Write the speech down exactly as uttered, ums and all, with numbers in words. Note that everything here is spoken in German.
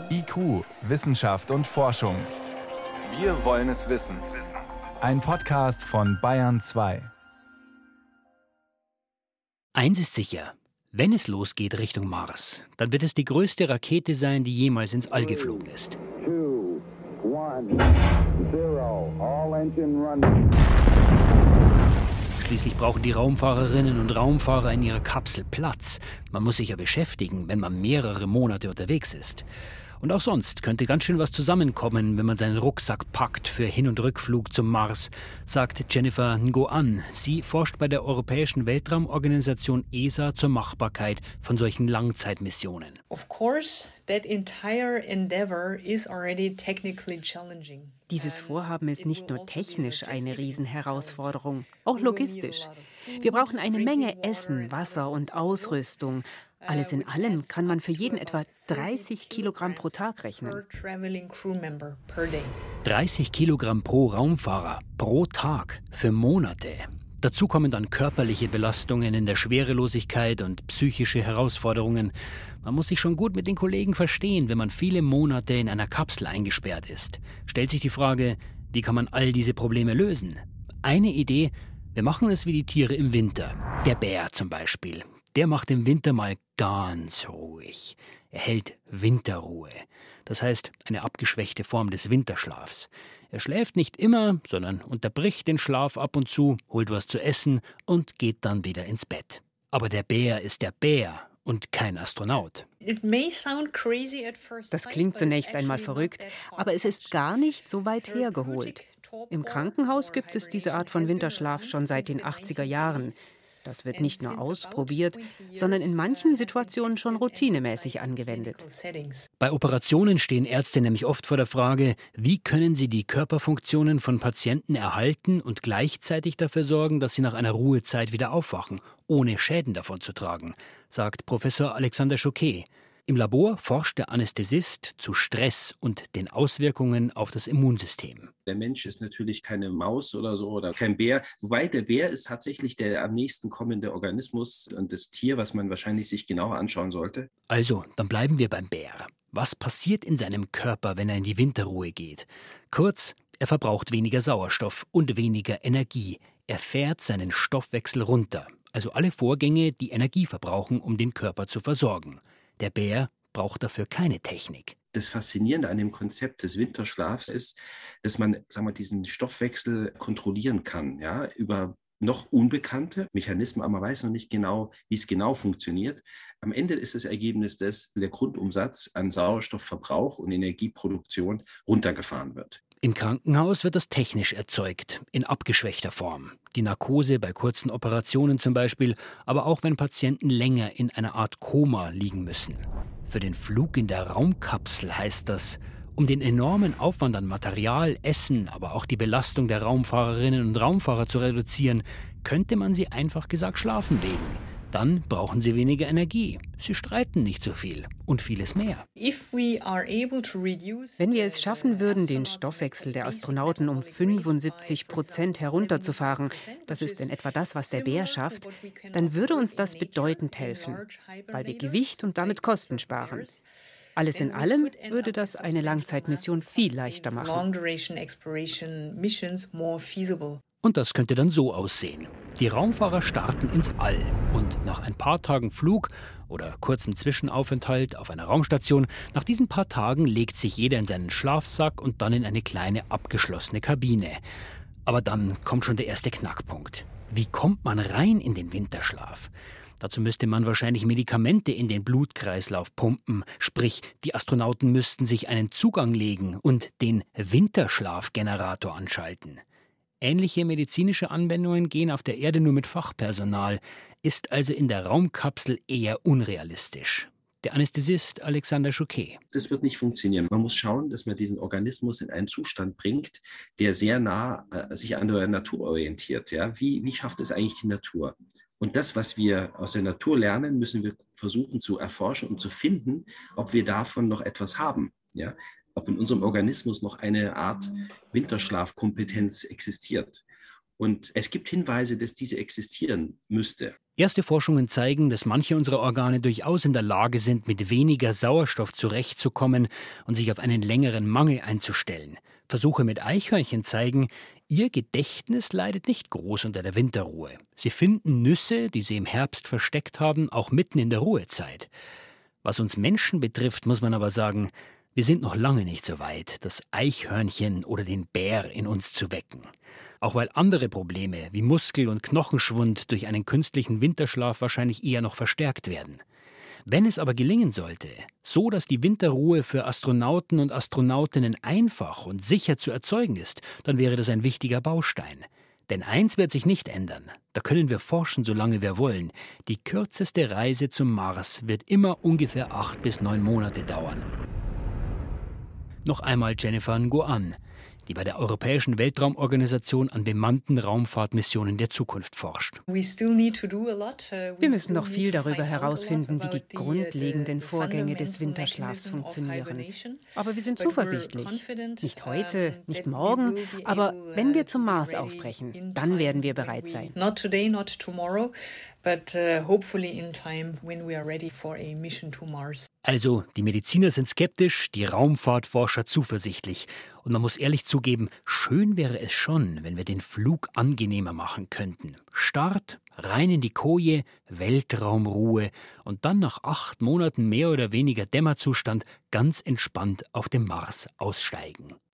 I Q, Wissenschaft und Forschung. Wir wollen es wissen. Ein Podcast von Bayern zwei. Eins ist sicher, wenn es losgeht Richtung Mars, dann wird es die größte Rakete sein, die jemals ins All geflogen ist. Two, one, zero, all engine running. Schließlich brauchen die Raumfahrerinnen und Raumfahrer in ihrer Kapsel Platz. Man muss sich ja beschäftigen, wenn man mehrere Monate unterwegs ist. Und auch sonst könnte ganz schön was zusammenkommen, wenn man seinen Rucksack packt für Hin- und Rückflug zum Mars, sagt Jennifer Ngo-An. Sie forscht bei der Europäischen Weltraumorganisation E S A zur Machbarkeit von solchen Langzeitmissionen. Of course, that entire endeavor is already technically challenging. Dieses Vorhaben ist nicht nur technisch eine Riesenherausforderung, auch logistisch. Wir brauchen eine Menge Essen, Wasser und Ausrüstung. Alles in allem kann man für jeden etwa dreißig Kilogramm pro Tag rechnen. dreißig Kilogramm pro Raumfahrer, pro Tag, für Monate. Dazu kommen dann körperliche Belastungen in der Schwerelosigkeit und psychische Herausforderungen. Man muss sich schon gut mit den Kollegen verstehen, wenn man viele Monate in einer Kapsel eingesperrt ist. Stellt sich die Frage, wie kann man all diese Probleme lösen? Eine Idee: Wir machen es wie die Tiere im Winter. Der Bär zum Beispiel. Der macht im Winter mal ganz ruhig. Er hält Winterruhe. Das heißt, eine abgeschwächte Form des Winterschlafs. Er schläft nicht immer, sondern unterbricht den Schlaf ab und zu, holt was zu essen und geht dann wieder ins Bett. Aber der Bär ist der Bär und kein Astronaut. Das klingt zunächst einmal verrückt, aber es ist gar nicht so weit hergeholt. Im Krankenhaus gibt es diese Art von Winterschlaf schon seit den achtziger Jahren. Das wird nicht nur ausprobiert, sondern in manchen Situationen schon routinemäßig angewendet. Bei Operationen stehen Ärzte nämlich oft vor der Frage, wie können sie die Körperfunktionen von Patienten erhalten und gleichzeitig dafür sorgen, dass sie nach einer Ruhezeit wieder aufwachen, ohne Schäden davon zu tragen, sagt Professor Alexander Chouquet. Im Labor forscht der Anästhesist zu Stress und den Auswirkungen auf das Immunsystem. Der Mensch ist natürlich keine Maus oder so oder kein Bär, wobei der Bär ist tatsächlich der am nächsten kommende Organismus und das Tier, was man wahrscheinlich sich genauer anschauen sollte. Also, dann bleiben wir beim Bär. Was passiert in seinem Körper, wenn er in die Winterruhe geht? Kurz, er verbraucht weniger Sauerstoff und weniger Energie. Er fährt seinen Stoffwechsel runter, also alle Vorgänge, die Energie verbrauchen, um den Körper zu versorgen. Der Bär braucht dafür keine Technik. Das Faszinierende an dem Konzept des Winterschlafs ist, dass man, sagen wir, diesen Stoffwechsel kontrollieren kann, ja, über noch unbekannte Mechanismen, aber man weiß noch nicht genau, wie es genau funktioniert. Am Ende ist das Ergebnis, dass der Grundumsatz an Sauerstoffverbrauch und Energieproduktion runtergefahren wird. Im Krankenhaus wird das technisch erzeugt, in abgeschwächter Form. Die Narkose bei kurzen Operationen zum Beispiel, aber auch wenn Patienten länger in einer Art Koma liegen müssen. Für den Flug in der Raumkapsel heißt das, um den enormen Aufwand an Material, Essen, aber auch die Belastung der Raumfahrerinnen und Raumfahrer zu reduzieren, könnte man sie einfach gesagt schlafen legen. Dann brauchen sie weniger Energie. Sie streiten nicht so viel und vieles mehr. Wenn wir es schaffen würden, den Stoffwechsel der Astronauten um fünfundsiebzig Prozent herunterzufahren, das ist in etwa das, was der Bär schafft, dann würde uns das bedeutend helfen, weil wir Gewicht und damit Kosten sparen. Alles in allem würde das eine Langzeitmission viel leichter machen. Und das könnte dann so aussehen. Die Raumfahrer starten ins All und nach ein paar Tagen Flug oder kurzem Zwischenaufenthalt auf einer Raumstation, nach diesen paar Tagen legt sich jeder in seinen Schlafsack und dann in eine kleine abgeschlossene Kabine. Aber dann kommt schon der erste Knackpunkt. Wie kommt man rein in den Winterschlaf? Dazu müsste man wahrscheinlich Medikamente in den Blutkreislauf pumpen, sprich, die Astronauten müssten sich einen Zugang legen und den Winterschlafgenerator anschalten. Ähnliche medizinische Anwendungen gehen auf der Erde nur mit Fachpersonal, ist also in der Raumkapsel eher unrealistisch. Der Anästhesist Alexander Chouquet. Das wird nicht funktionieren. Man muss schauen, dass man diesen Organismus in einen Zustand bringt, der sehr nah äh, sich an der Natur orientiert. Ja? Wie, wie schafft es eigentlich die Natur? Und das, was wir aus der Natur lernen, müssen wir versuchen zu erforschen und zu finden, ob wir davon noch etwas haben. Ja? Ob in unserem Organismus noch eine Art Winterschlafkompetenz existiert. Und es gibt Hinweise, dass diese existieren müsste. Erste Forschungen zeigen, dass manche unserer Organe durchaus in der Lage sind, mit weniger Sauerstoff zurechtzukommen und sich auf einen längeren Mangel einzustellen. Versuche mit Eichhörnchen zeigen, ihr Gedächtnis leidet nicht groß unter der Winterruhe. Sie finden Nüsse, die sie im Herbst versteckt haben, auch mitten in der Ruhezeit. Was uns Menschen betrifft, muss man aber sagen, wir sind noch lange nicht so weit, das Eichhörnchen oder den Bär in uns zu wecken. Auch weil andere Probleme wie Muskel- und Knochenschwund durch einen künstlichen Winterschlaf wahrscheinlich eher noch verstärkt werden. Wenn es aber gelingen sollte, so dass die Winterruhe für Astronauten und Astronautinnen einfach und sicher zu erzeugen ist, dann wäre das ein wichtiger Baustein. Denn eins wird sich nicht ändern. Da können wir forschen, solange wir wollen. Die kürzeste Reise zum Mars wird immer ungefähr acht bis neun Monate dauern. Noch einmal Jennifer Nguyen, die bei der Europäischen Weltraumorganisation an bemannten Raumfahrtmissionen der Zukunft forscht. Wir müssen noch viel darüber herausfinden, wie die grundlegenden Vorgänge des Winterschlafs funktionieren. Aber wir sind zuversichtlich. Nicht heute, nicht morgen, aber wenn wir zum Mars aufbrechen, dann werden wir bereit sein. Not today, not tomorrow, but uh, hopefully in time when we are ready for a mission to Mars. Also, die Mediziner sind skeptisch, die Raumfahrtforscher zuversichtlich. Und man muss ehrlich zugeben, schön wäre es schon, wenn wir den Flug angenehmer machen könnten. Start, rein in die Koje, Weltraumruhe und dann nach acht Monaten mehr oder weniger Dämmerzustand ganz entspannt auf dem Mars aussteigen.